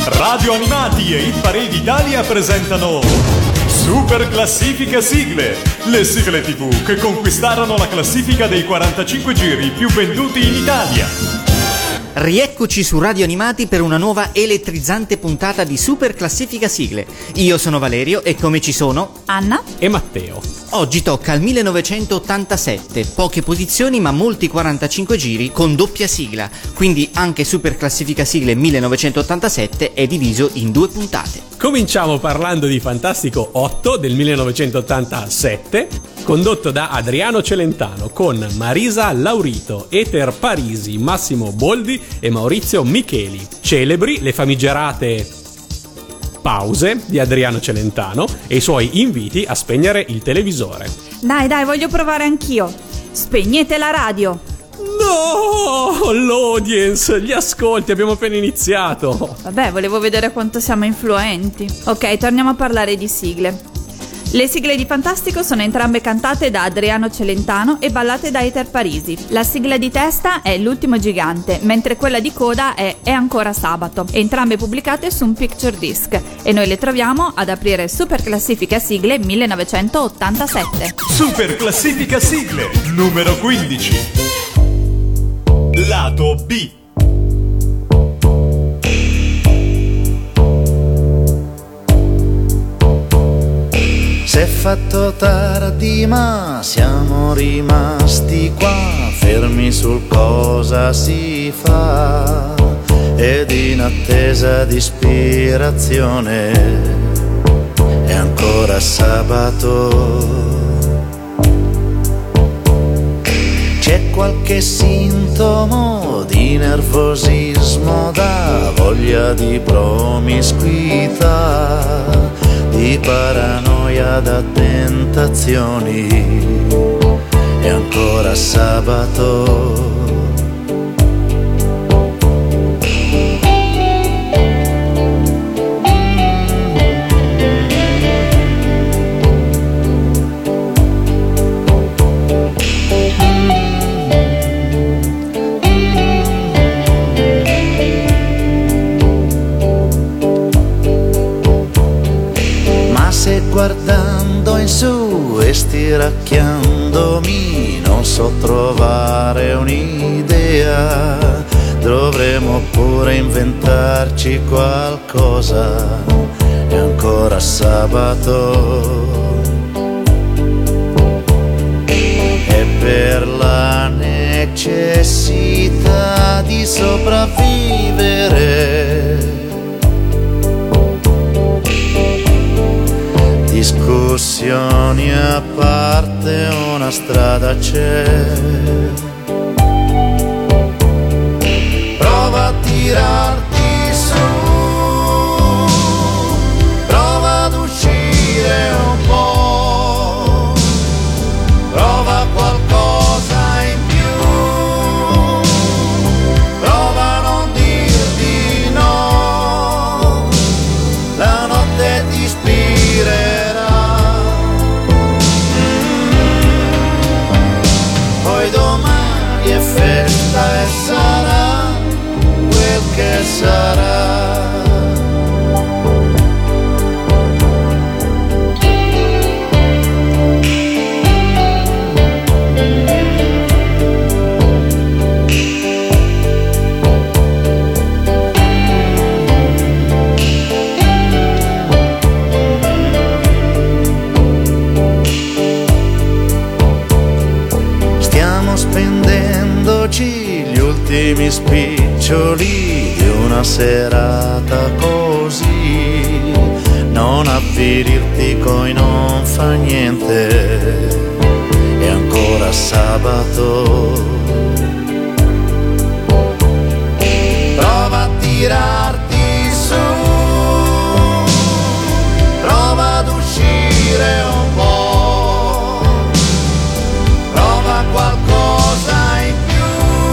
Radio Animati e Hit Parade Italia presentano Super Classifica Sigle, le sigle TV che conquistarono la classifica dei 45 giri più venduti in Italia. Rieccoci su Radio Animati per una nuova elettrizzante puntata di Super Classifica Sigle. Io sono Valerio e come ci sono Anna e Matteo. Oggi tocca al 1987, poche posizioni ma molti 45 giri con doppia sigla, quindi anche Super Classifica Sigle 1987 è diviso in due puntate. Cominciamo parlando di Fantastico 8 del 1987, condotto da Adriano Celentano con Marisa Laurito, Eter Parisi, Massimo Boldi e Maurizio Micheli. Celebri le famigerate pause di Adriano Celentano e i suoi inviti a spegnere il televisore. Dai, voglio provare anch'io. Spegnete la radio. No, l'audience, gli ascolti, abbiamo appena iniziato. Vabbè, volevo vedere quanto siamo influenti. Ok, torniamo a parlare di sigle. Le sigle di Fantastico sono entrambe cantate da Adriano Celentano e ballate da Eter Parisi. La sigla di testa è L'ultimo gigante, mentre quella di coda è ancora sabato, entrambe pubblicate su un picture disc, e noi le troviamo ad aprire Super Classifica Sigle 1987. Super Classifica Sigle numero 15. Lato B. S'è fatto tardi ma siamo rimasti qua, fermi sul cosa si fa, ed in attesa di ispirazione è ancora sabato. C'è qualche sintomo di nervosismo, da voglia di promiscuità, di paranoia, da tentazioni, è ancora sabato. Guardando in su e stiracchiandomi non so trovare un'idea, dovremmo pure inventarci qualcosa, è ancora sabato. E per la necessità di sopravvivere, discussioni a parte, una strada c'è. Prova a tirarti su, prova ad uscire un po', prova qualcosa in più, prova a non dir di no, la notte ti ispirerà. Domani è festa e sarà quel che sarà. Spendendoci gli ultimi spiccioli di una serata così, non avvirirti coi non fa niente, è ancora sabato. Prova a tirarti su, prova ad uscire un po', prova qualcosa in più,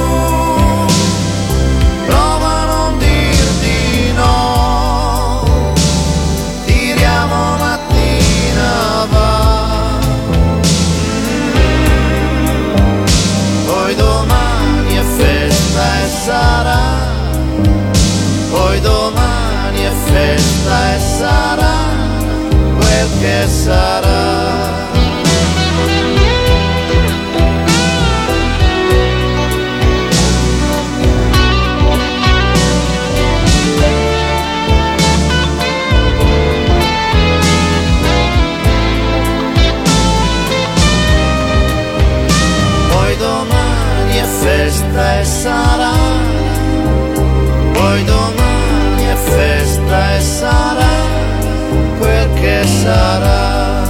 prova a non dir di no, tiriamo mattina va, poi domani è festa e sarà, poi domani festa e sarà quel che sarà. Poi domani è festa e sarà, poi domani è festa e sarà quel che sarà.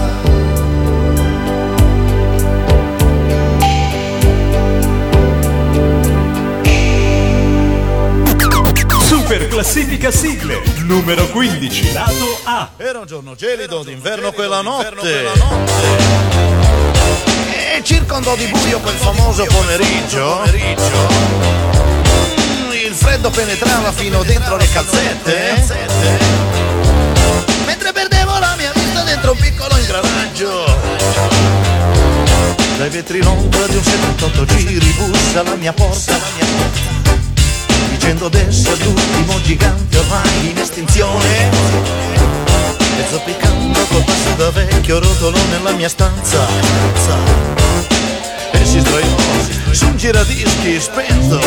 Super classifica sigle, numero 15, lato A. Era un giorno gelido d'inverno quella notte, e circondò di buio quel famoso pomeriggio. Il freddo penetrava fino dentro le calzette, mentre perdevo la mia vista dentro un piccolo ingranaggio. Dai vetri l'ombra di un 78 giri bussa alla mia porta, dicendo d'essere l'ultimo gigante ormai in estinzione, e zoppicando col passo da vecchio rotolo nella mia stanza, e si sdraiò su un giradischi spento.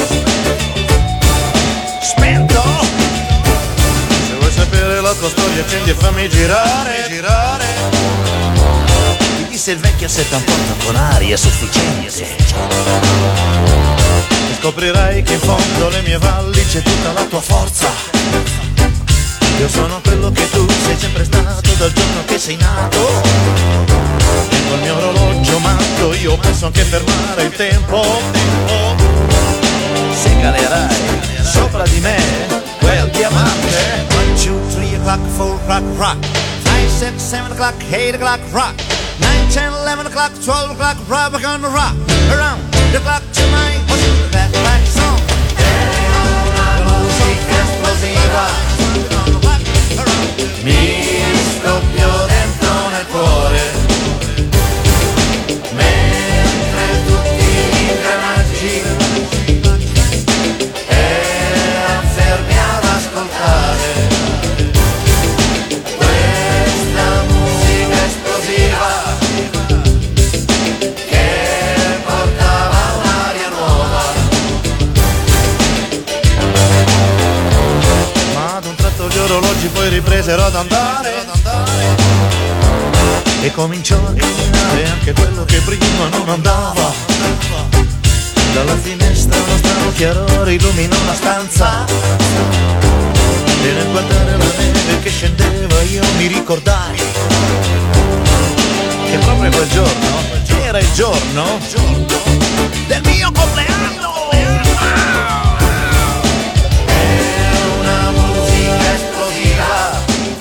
Se vuoi sapere la tua storia accendi e fammi girare. Mi disse il vecchio a 78 con aria sufficiente, e scoprirai che in fondo alle mie valli c'è tutta la tua forza. Io sono quello che tu sei sempre stato dal giorno che sei nato, e col mio orologio matto io posso anche fermare il tempo. Se calerai sopra di me quel diamante, 1, 2, 3 o'clock, 4 o'clock, rock, 5, 6, 7 o'clock, 8 o'clock, rock, 9, 10, 11 o'clock, 12 o'clock, rock, we're gonna rock around the clock tonight. What's that black song? La musica esplosiva mi scoppio dentro nel cuore, mentre tutti gli ingranaggi erano fermi ad ascoltare questa musica esplosiva che portava un'aria nuova. Ma ad un tratto gli orologi poi ripresero ad andare, e cominciò a camminare anche quello che prima non andava. Dalla finestra uno strano chiarore illuminò la stanza, e nel guardare la neve che scendeva io mi ricordai che proprio quel giorno era il giorno del mio compleanno. Una musica esplosiva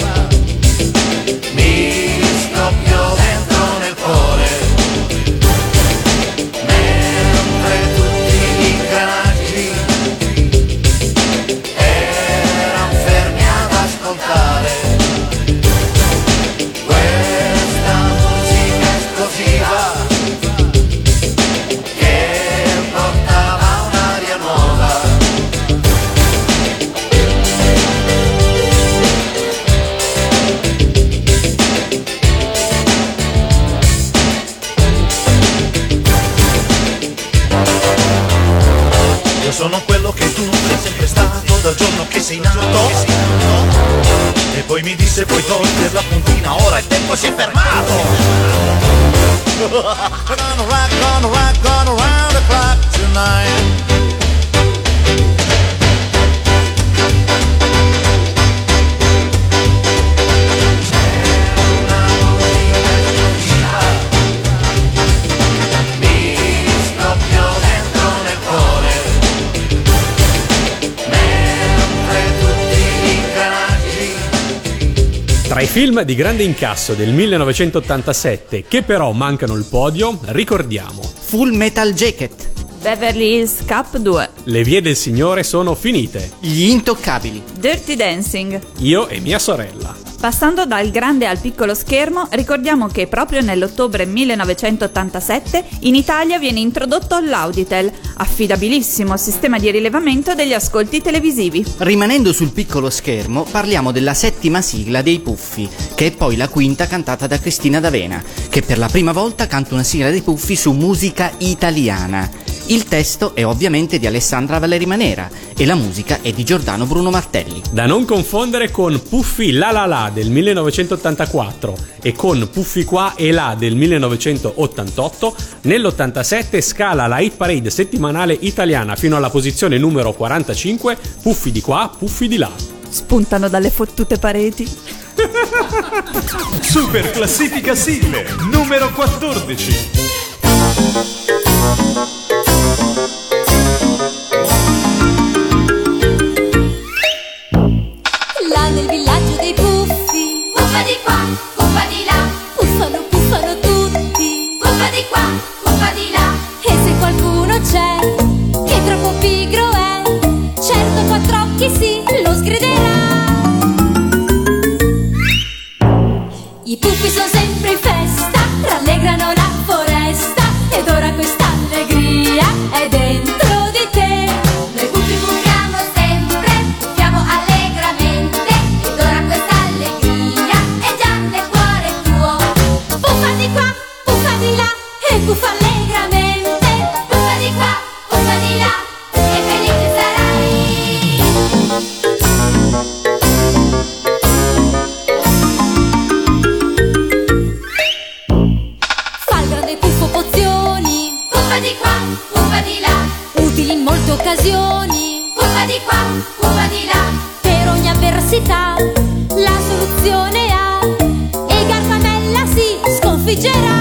mi scoppiò dentro nel cuore, mentre tutti gli ingranaggi erano fermi ad ascoltare questa musica esplosiva che portava un'aria nuova. Io sono quello che tu sei sempre stato dal giorno che sei nato, e poi mi disse puoi togliere la puntina, ora il tempo si è fermato. Gonna rock around the clock tonight. Tra i film di grande incasso del 1987 che però mancano il podio, ricordiamo Full Metal Jacket, Beverly Hills Cop 2, Le vie del Signore sono finite. Gli Intoccabili. Dirty Dancing. Io e mia sorella. Passando dal grande al piccolo schermo, ricordiamo che proprio nell'ottobre 1987 in Italia viene introdotto l'Auditel, affidabilissimo sistema di rilevamento degli ascolti televisivi. Rimanendo sul piccolo schermo, parliamo della 7ª sigla dei Puffi, che è poi la 5ª cantata da Cristina D'Avena, che per la prima volta canta una sigla dei Puffi su musica italiana. Il testo è ovviamente di Alessandra Valeri Manera e la musica è di Giordano Bruno Martelli. Da non confondere con Puffi La La La del 1984 e con Puffi Qua e Là del 1988, nell'87 scala la hit parade settimanale italiana fino alla posizione numero 45, Puffi di qua, Puffi di là. Spuntano dalle fottute pareti. Super classifica sigle numero 14. Là nel villaggio dei puffi, puffa di qua, puffa di là, puffano, puffano tutti, puffa di qua, puffa di là. E se qualcuno c'è che troppo pigro è, certo quattro occhi sì, lo sgriderà. I puffi sono sempre in festa, rallegrano la foresta, ed ora questa allegria è dentro di te. Noi puffi puffiamo sempre, puffiamo allegramente, ed ora questa allegria è già nel cuore tuo. Puffa di qua, puffa di là, e puffa allegramente, puffa di qua, puffa di là, e felice sarai. Fa il grande puffo pozioni, puffa di qua, puffa di là, utili in molte occasioni, puffa di qua, puffa di là, per ogni avversità la soluzione ha, e Gargamella si sconfiggerà.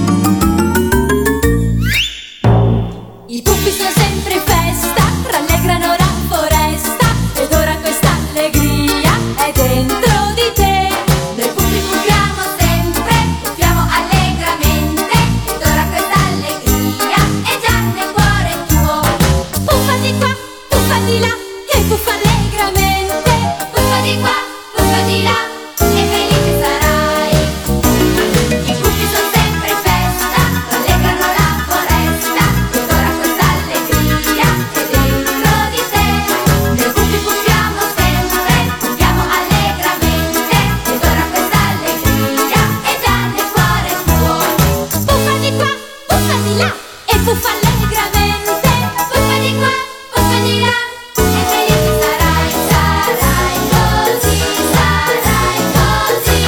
I puffi sono sempre in festa, rallegrano la foresta, ed ora questa allegria è dentro di te. Noi puffi puffiamo sempre, puffiamo allegramente, ed ora questa allegria è già nel cuore tuo. Puffa di qua, puffa di là, e puffa allegramente, puffa di qua, puffa di là, e felice sarai. I puffi sono sempre in festa, rallegrano la foresta, ed ora questa allegria è dentro di te. Noi puffi puffiamo sempre, puffiamo allegramente, ed ora questa allegria è già nel cuore tuo. Puffa di qua, puffa di là, e puffa allegramente, puffa di qua, puffa di là, e felice sarai, sarai così, sarai così.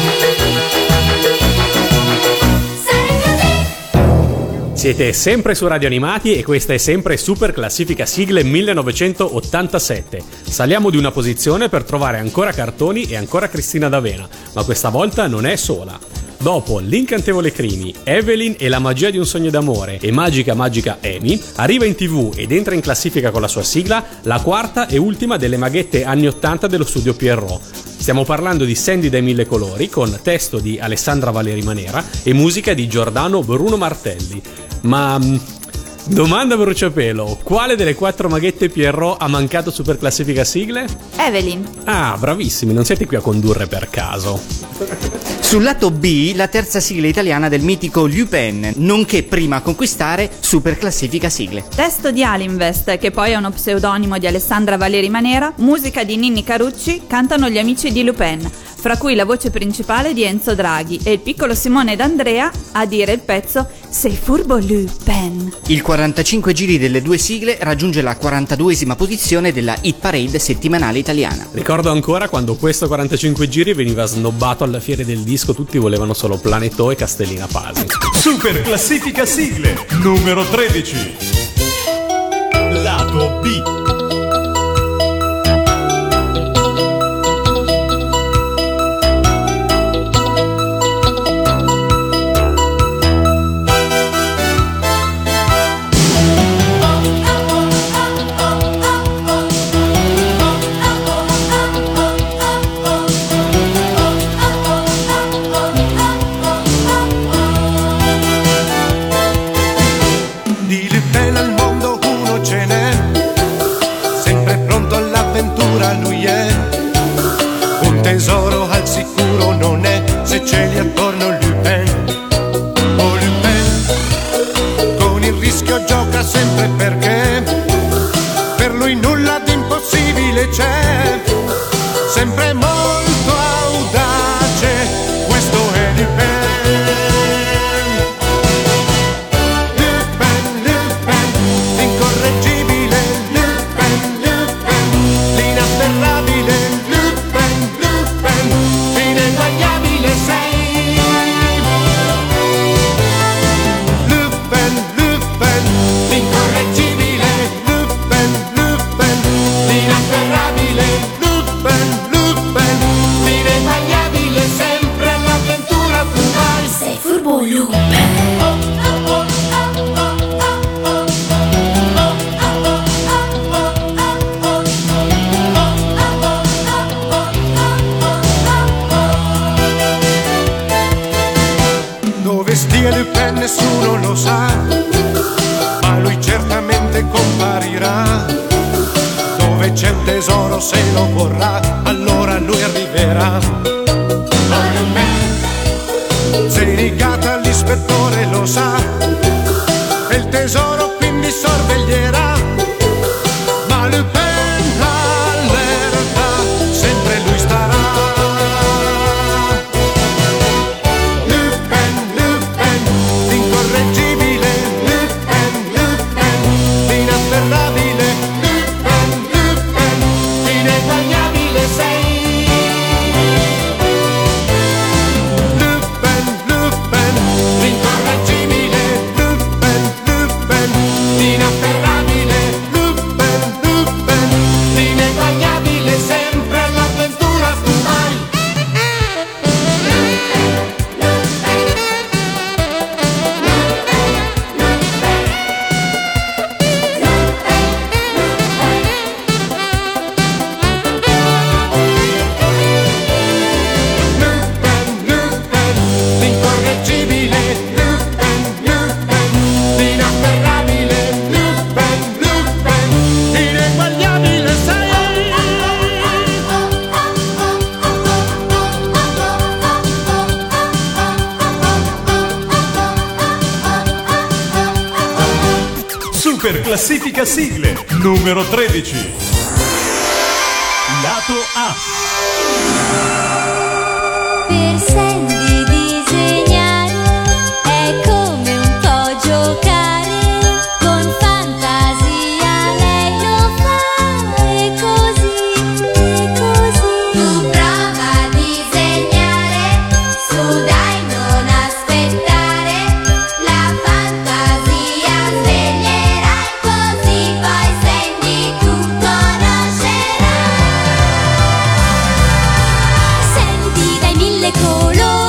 Sarai così. Siete sempre su Radio Animati e questa è sempre Super Classifica Sigle 1987. Saliamo di una posizione per trovare ancora cartoni e ancora Cristina D'Avena, ma questa volta non è sola. Dopo L'incantevole Crimi, Evelyn e la magia di un sogno d'amore e Magica Magica Amy, arriva in TV ed entra in classifica con la sua sigla la quarta e ultima delle maghette anni 80 dello studio Pierrot. Stiamo parlando di Sandy dai mille colori, con testo di Alessandra Valeri Manera e musica di Giordano Bruno Martelli. Ma domanda bruciapelo, quale delle 4 maghette Pierrot ha mancato Super Classifica Sigle? Evelyn. Ah, bravissimi, non siete qui a condurre per caso. Sul lato B, la terza sigla italiana del mitico Lupin, nonché prima a conquistare Super Classifica Sigle. Testo di Alinvest, che poi è uno pseudonimo di Alessandra Valeri Manera, musica di Ninni Carucci, cantano gli amici di Lupin, fra cui la voce principale di Enzo Draghi e il piccolo Simone D'Andrea a dire il pezzo "Sei furbo Lupin". Il 45 giri delle due sigle raggiunge la 42esima posizione della hit parade settimanale italiana. Ricordo ancora quando questo 45 giri veniva snobbato alla fiera del disco, tutti volevano solo Planetò e Castellina Pasi. Super classifica sigle numero 13. Lato B. Di Lupin al mondo c'è. Un tesoro al sicuro non è se ce li attorno Lupin. Oh Lupin, con il rischio gioca sempre perché per lui nulla di impossibile c'è. Sempre molto audace, questo è Lupin. Lupin, Lupin, l'incorreggibile Lupin, Lupin, l'inafferrabile Lupin, Lupin, l'ineguagliabile sei. Lupin, Lupin, l'incorreggibile Lupin, Lupin, l'inafferrabile Lupin, Lupin, l'ineguagliabile, sempre all'avventura tu vai. Sei furbo Lupin. Dove stia Lupin nessuno lo sa, ma lui certamente comparirà. Dove c'è un tesoro se lo vorrà, allora lui arriverà. Oh Lupin, sei negata l'ispettore lo sa, e il tesoro quindi sorveglierà. Ma Lupin allerta, sempre lui starà. Lupin, Lupin, l'incorreggibile Lupin, Lupin, l'inafferrabile Lupin, Lupin, l'ineguagliabile sei. Lupin, Lupin, l'incorreggibile Lupin, Lupin, l'inafferrabile Lupin, Lupin, l'ineguagliabile, sempre all'avventura tu vai. Lupin, Lupin, l'incorreggibile Lupin, Lupin, l'inafferrabile Lupin, Lupin, l'ineguagliabile sei. Super classifica sigle numero 13. Lato A. Per Sandy disegnare è come un po' giocare, con fantasia lei lo fa, e così, e così. Tu prova a disegnare, su dai non aspettare, la fantasia sveglierai, così poi Sandy tu conoscerai. Senti dai mille colori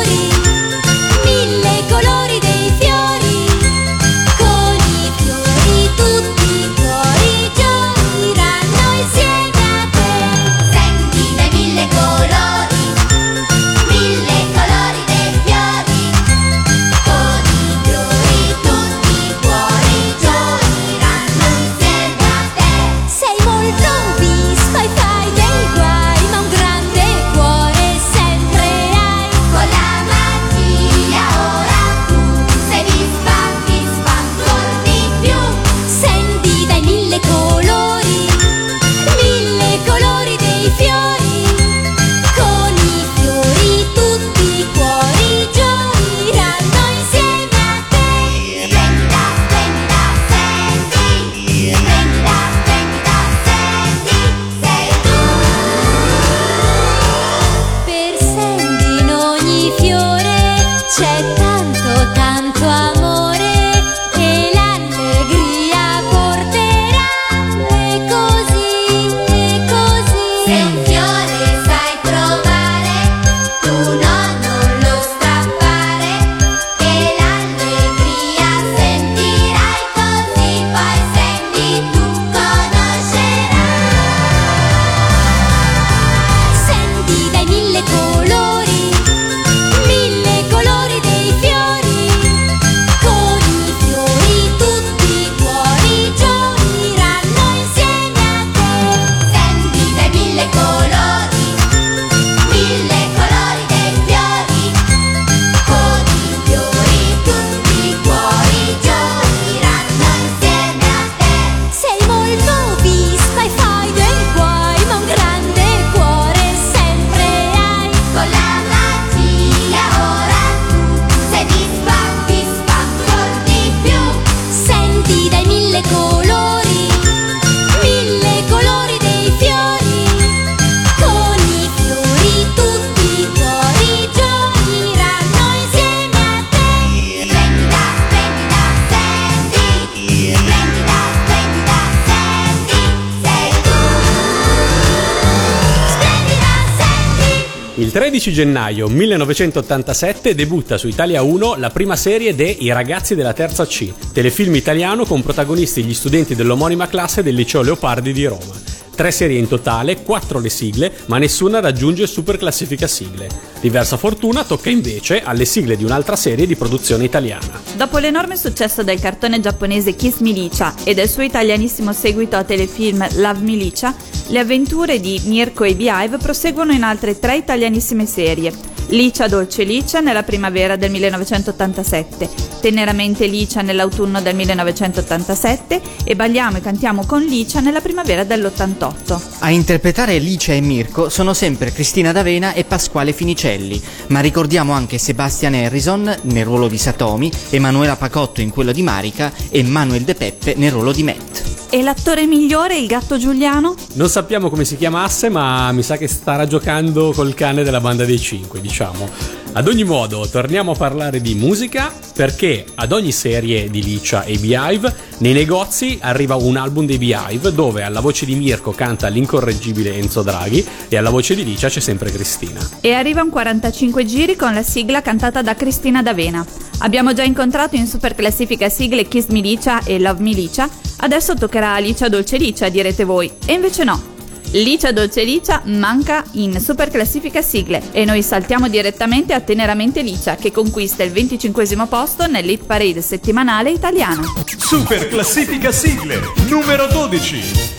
Il 13 gennaio 1987 debutta su Italia 1 la prima serie de I ragazzi della terza C, telefilm italiano con protagonisti gli studenti dell'omonima classe del liceo Leopardi di Roma. 3 serie in totale, 4 le sigle, ma nessuna raggiunge super classifica sigle. Diversa fortuna tocca invece alle sigle di un'altra serie di produzione italiana. Dopo l'enorme successo del cartone giapponese Kiss Milicia e del suo italianissimo seguito a telefilm Love Milicia, le avventure di Mirko e Beehive proseguono in altre 3 italianissime serie. Licia Dolce Licia nella primavera del 1987, Teneramente Licia nell'autunno del 1987 e Balliamo e cantiamo con Licia nella primavera dell'88. A interpretare Licia e Mirko sono sempre Cristina D'Avena e Pasquale Finicelli, ma ricordiamo anche Sebastian Harrison nel ruolo di Satomi, Emanuela Pacotto in quello di Marica e Manuel De Peppe nel ruolo di Matt. E l'attore migliore, il gatto Giuliano? Non sappiamo come si chiamasse, ma mi sa che starà giocando col cane della banda dei 5, diciamo. Ad ogni modo, torniamo a parlare di musica, perché ad ogni serie di Licia e Beehive, nei negozi arriva un album dei Beehive, dove alla voce di Mirko canta l'incorreggibile Enzo Draghi e alla voce di Licia c'è sempre Cristina. E arriva un 45 giri con la sigla cantata da Cristina D'Avena. Abbiamo già incontrato in super classifica sigle Kiss Milicia e Love Milicia, adesso toccherà a Licia Dolce Licia, direte voi. E invece no. Licia Dolce Licia manca in super classifica sigle e noi saltiamo direttamente a Teneramente Licia, che conquista il 25° posto nell'hit parade settimanale italiano. Super classifica sigle numero 12.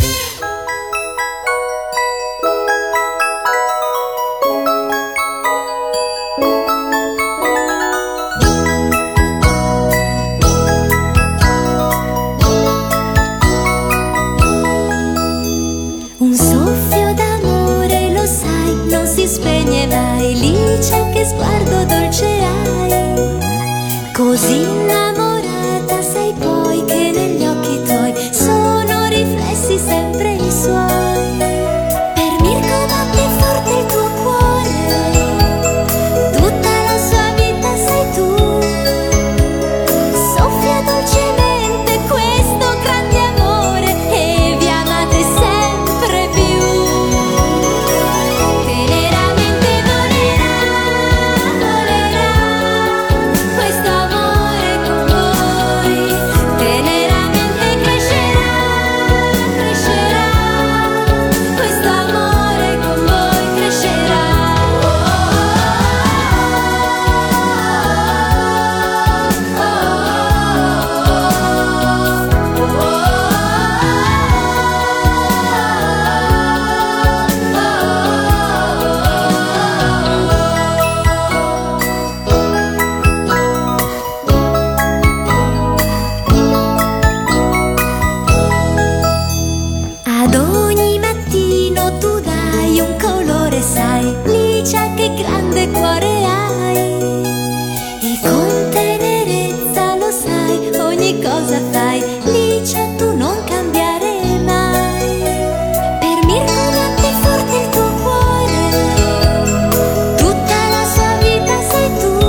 Un soffio d'amore, lo sai, non si spegne mai. Licia, che sguardo dolce hai. Così innamorata sei poi che negli occhi tuoi sono riflessi sempre i suoi. Per Mirko batte forte il tuo cuore, tutta la sua vita sei tu. Soffia dolcemente questo grande amore e vi amate sempre più. Teneramente volerà, volerà questo amore con voi. Teneramente crescerà, crescerà questo amore con voi, crescerà. Ad ogni mattino tu dai un colore, sai, Licia, che grande cuore hai. E con tenerezza lo sai, ogni cosa fai, Licia, tu non cambiare mai. Per Mirko batte forte il tuo cuore, tutta la sua vita sei tu.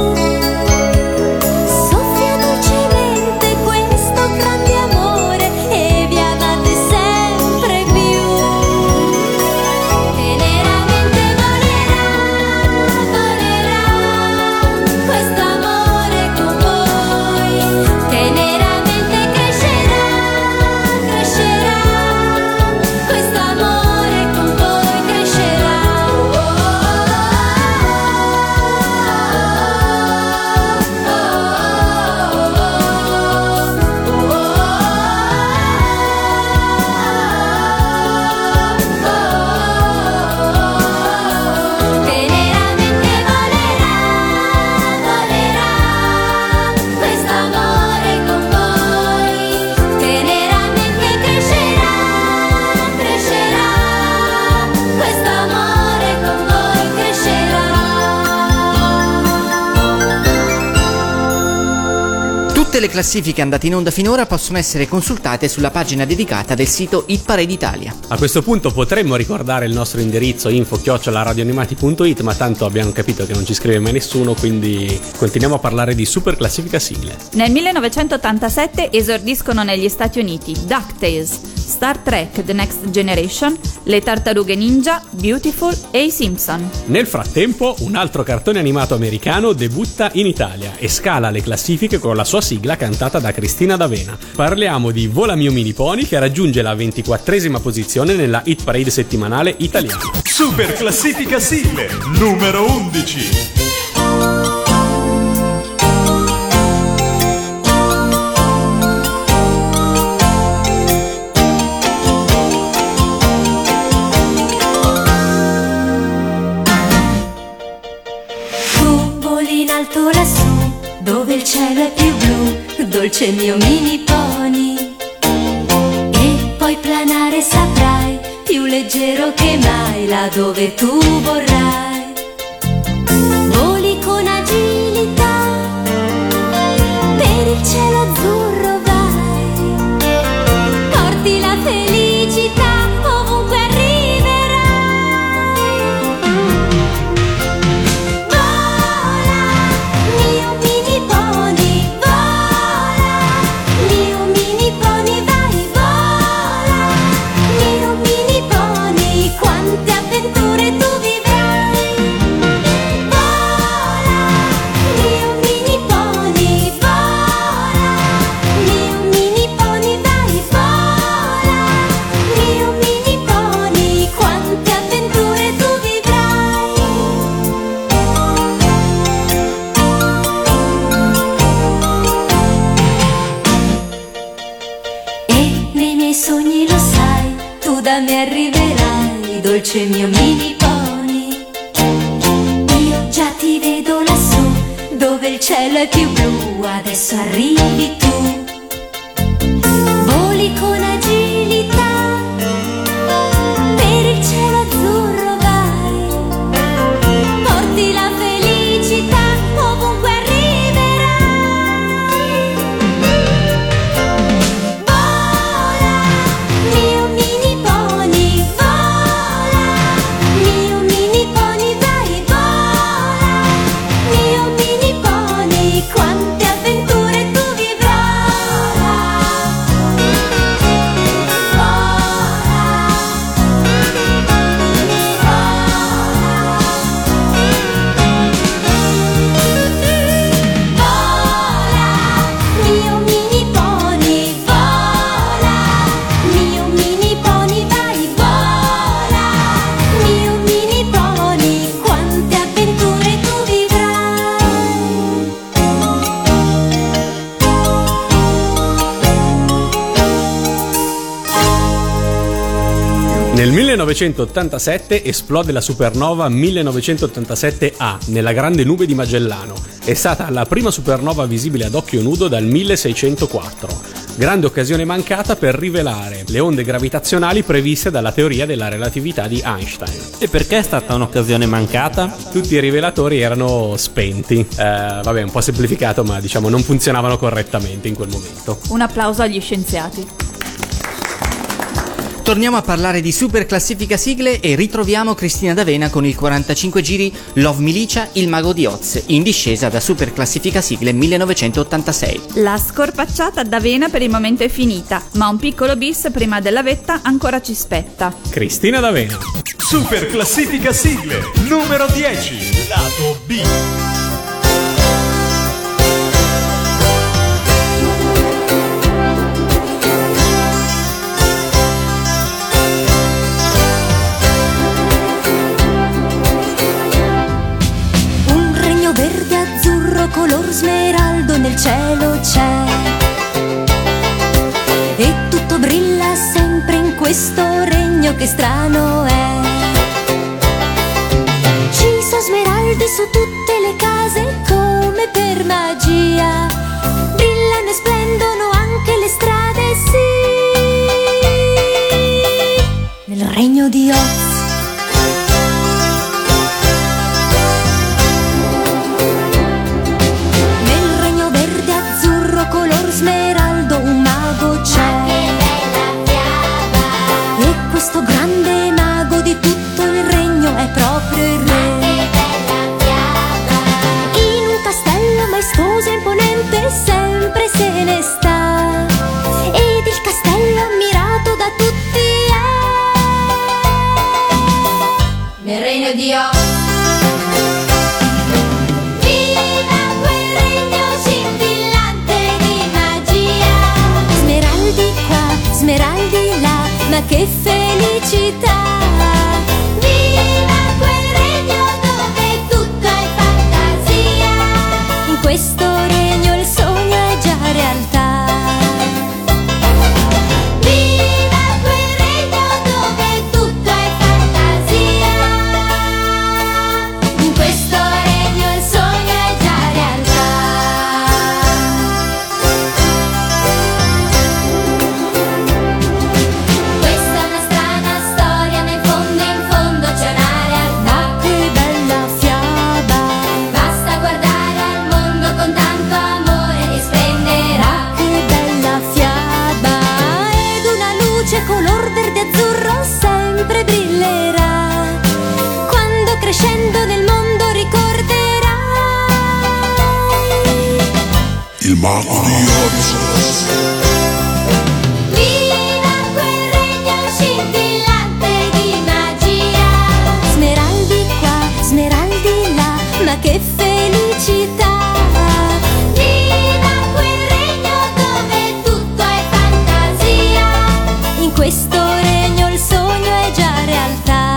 Soffia dolcemente questo grande amore e vi amate sempre più. Teneramente volerà, Tutte le classifiche andate in onda finora possono essere consultate sulla pagina dedicata del sito Hit Parade Italia. A questo punto potremmo ricordare il nostro indirizzo info@radioanimati.it, ma tanto abbiamo capito che non ci scrive mai nessuno, quindi continuiamo a parlare di super classifica sigle. Nel 1987 esordiscono negli Stati Uniti DuckTales, Star Trek The Next Generation, Le Tartarughe Ninja, Beautiful e I Simpson. Nel frattempo, un altro cartone animato americano debutta in Italia e scala le classifiche con la sua sigla cantata da Cristina D'Avena. Parliamo di Vola mio mini pony, che raggiunge la 24esima posizione nella Hit Parade settimanale italiana. Super classifica sigle numero 11. Alto lassù, dove il cielo è più blu, dolce mio mini pony. E poi planare saprai, più leggero che mai, là dove tu vorrai. Voli con agilità, per il cielo azzurro vai. Porti la felicità ovunque arriverai. Dolce mio mini pony, io già ti vedo lassù, dove il cielo è più blu, adesso arrivi tu. Voli con agilità, per il cielo azzurro vai. Porti la felicità ovunque arriverai. Vola, mio mini pony, vola. Mio mini pony vai, vola. Mio mini pony, quante avventure tu vivrai. Vola, mio mini pony, vola. Mio mini pony vai, vola. Mio mini pony, quante avventure tu vivrai. Nel 1987 esplode la supernova 1987A nella Grande Nube di Magellano. È stata la prima supernova visibile ad occhio nudo dal 1604. Grande occasione mancata per rivelare le onde gravitazionali previste dalla teoria della relatività di Einstein. E perché è stata un'occasione mancata? Tutti i rivelatori erano spenti. Vabbè, un po' semplificato, ma diciamo non funzionavano correttamente in quel momento. Un applauso agli scienziati. Torniamo a parlare di super classifica sigle e ritroviamo Cristina D'Avena con il 45 giri Love Milicia, il mago di Oz, in discesa da super classifica sigle 1986. La scorpacciata d'Avena per il momento è finita, ma un piccolo bis prima della vetta ancora ci spetta. Cristina D'Avena. Super classifica sigle numero 10. Lato B. Color smeraldo nel cielo c'è e tutto brilla sempre in questo regno, che strano è. Ci sono smeraldi su tutte le case come per magia, brillano e splendono anche le strade, sì, nel regno di Oz. Color regno di Oz. Viva quel regno scintillante di magia. Smeraldi qua, smeraldi là, ma che felicità! Viva quel regno dove tutto è fantasia. In questo regno il sogno è già realtà. Viva quel regno dove tutto è fantasia. In questo regno il sogno è già realtà. Questa è una strana storia, ma in fondo c'è una realtà. Che bella fiaba! Basta guardare al mondo con tanto amore risplenderà. Che bella fiaba! Ed una luce color verde azzurro sempre brillerà. Quando crescendo nel mondo ricorderai Il mago di Oz. Viva quel regno scintillante di magia. smeraldi qua, smeraldi là, ma che felicità! Viva quel regno dove tutto è fantasia. In questo regno il sogno è già realtà.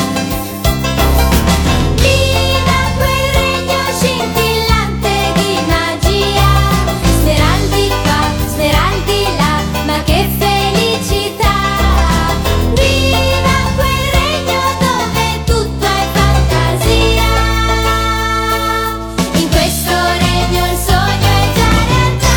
Viva quel regno scintillante di magia. Smeraldi qua, smeraldi là, ma che felicità. Viva quel regno dove tutto è fantasia. In questo regno il sogno è già realtà.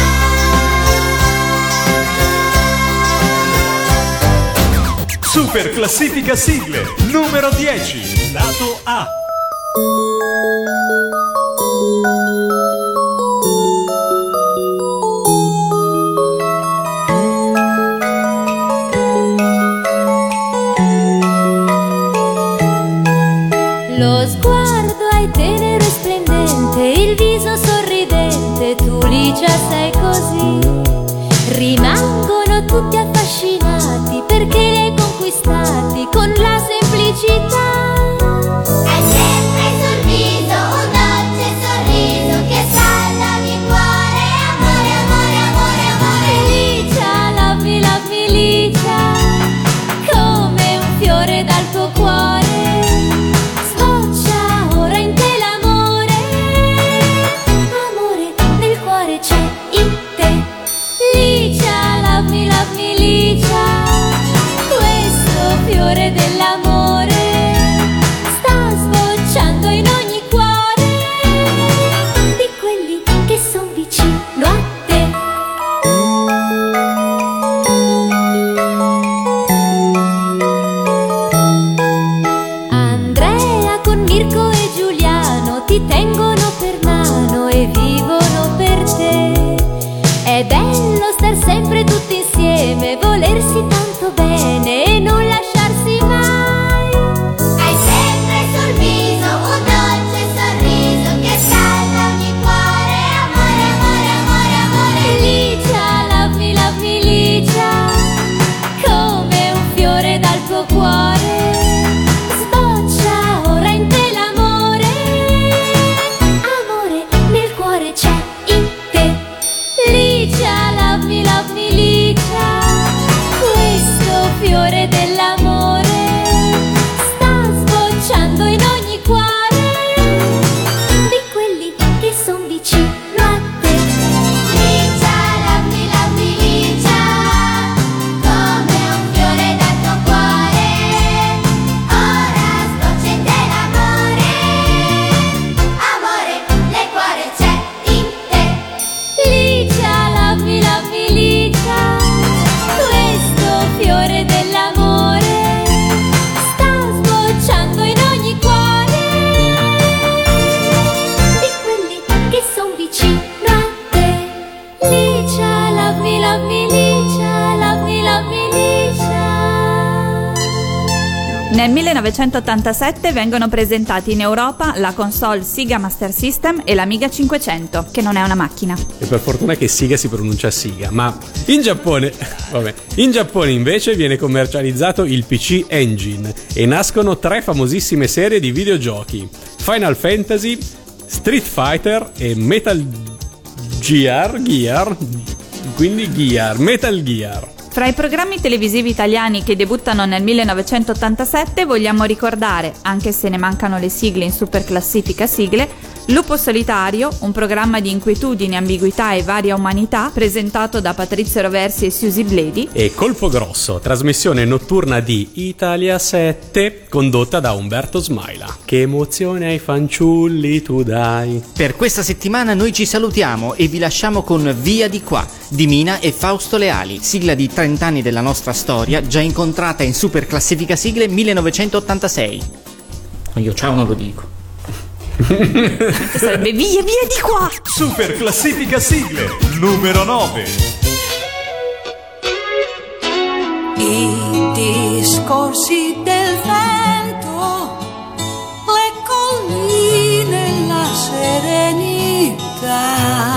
Super classifica sigle numero 10, lato A. Lo sguardo è tenero e splendente, il viso sorridente, tu Licia sei così. Rimangono tutti affascinati perché li hai conquistati con la semplicità. Hai sempre il sorriso, un dolce sorriso che scalda il cuore. Amore, amore, amore, amore. Licia, love me Licia, come un fiore dal tuo cuore. Sboccia ora in te l'amore. Amore, nel cuore c'è in te. Licia, love me Licia, questo fiore dell'amore. Nel 1987 vengono presentati in Europa la console Sega Master System e l'Amiga 500, che non è una macchina. E per fortuna che Siga si pronuncia Siga, ma in Giappone invece viene commercializzato il PC Engine e nascono 3 famosissime serie di videogiochi: Final Fantasy, Street Fighter e Metal Gear. Fra i programmi televisivi italiani che debuttano nel 1987 vogliamo ricordare, anche se ne mancano le sigle in Super Classifica Sigle, Lupo Solitario, un programma di inquietudini, ambiguità e varia umanità presentato da Patrizio Roversi e Susie Bledi, e Colpo Grosso, trasmissione notturna di Italia 7 condotta da Umberto Smaila. Che emozione ai fanciulli tu dai. Per questa settimana noi ci salutiamo e vi lasciamo con Via di qua di Mina e Fausto Leali, sigla di 30 anni della nostra storia, già incontrata in Super Classifica Sigle 1986. Io ciao non lo dico. sarebbe via di qua. Super Classifica Sigle numero 9. I discorsi del vento, le colline, la serenità,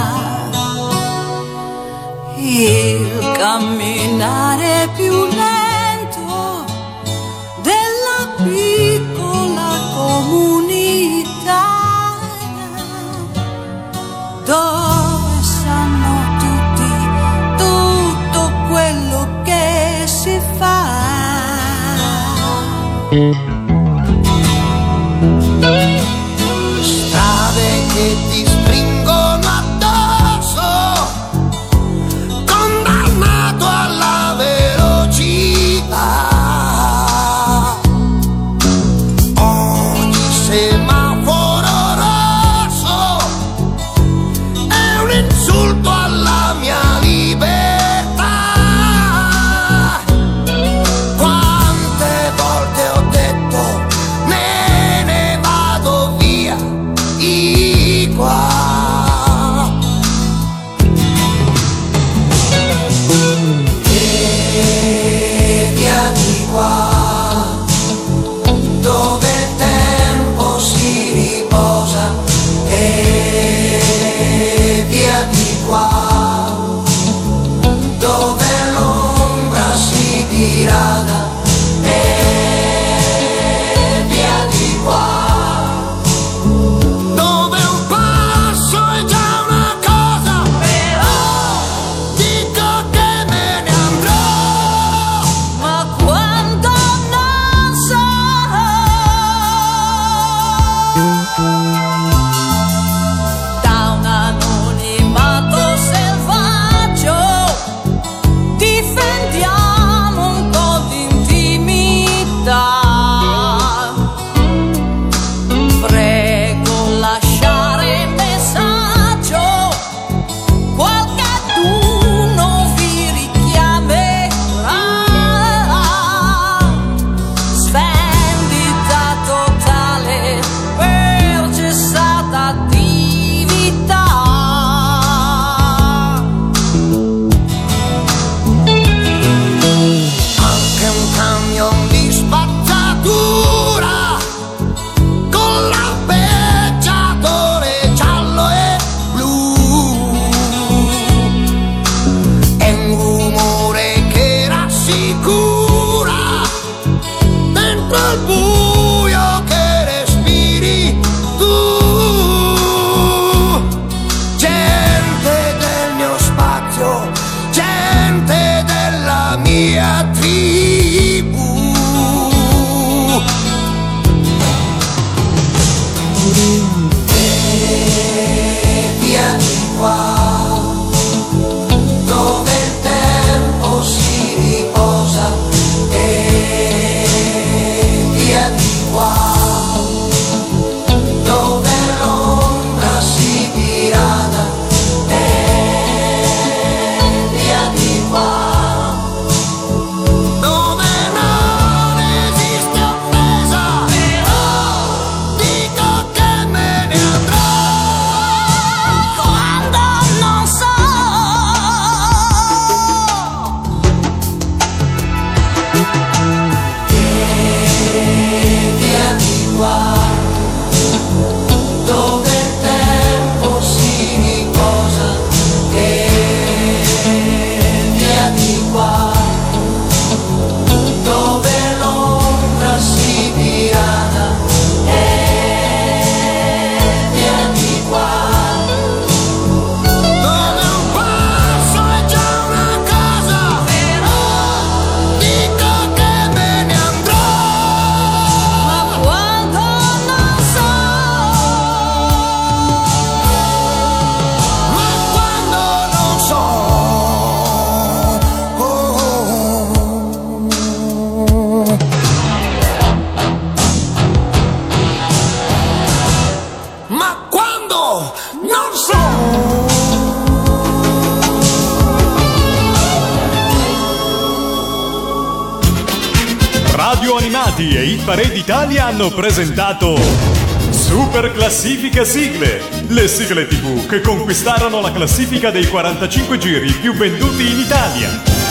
il camminare più lento della piccola comunità, dove sanno tutti tutto quello che si fa. Strade che ti stringono addosso, condannato alla velocità. Ogni semaforo rosso è un insulto alla mia libertà. Quante volte ho detto me ne vado via di qua. E via di qua, dove il tempo si riposa. E via di qua, dove l'ombra si dirada. E via di qua, dove un passo è già una cosa, però dico che me ne andrò. Ma quando non sarò, da un anonimato selvaggio difendiamo un po' di intimità. Prego lasciare messaggio, qualcuno vi richiamerà. Svendita totale per cessata attività. Anche un camion di spazzatura con lampeggiatore giallo e blu è un rumore che rassicura dentro il buio che respiri tu. Gente del mio spazio, gente della mia tribù. E via di qua, dove il tempo si riposa. E via di qua, dove l'ombra si dirada. E via di qua, dove non esiste offesa, però dico che me mondo, non so. Radio Animati e Hit Parade Italia hanno presentato Super Classifica Sigle, le sigle TV che conquistarono la classifica dei 45 giri più venduti in Italia.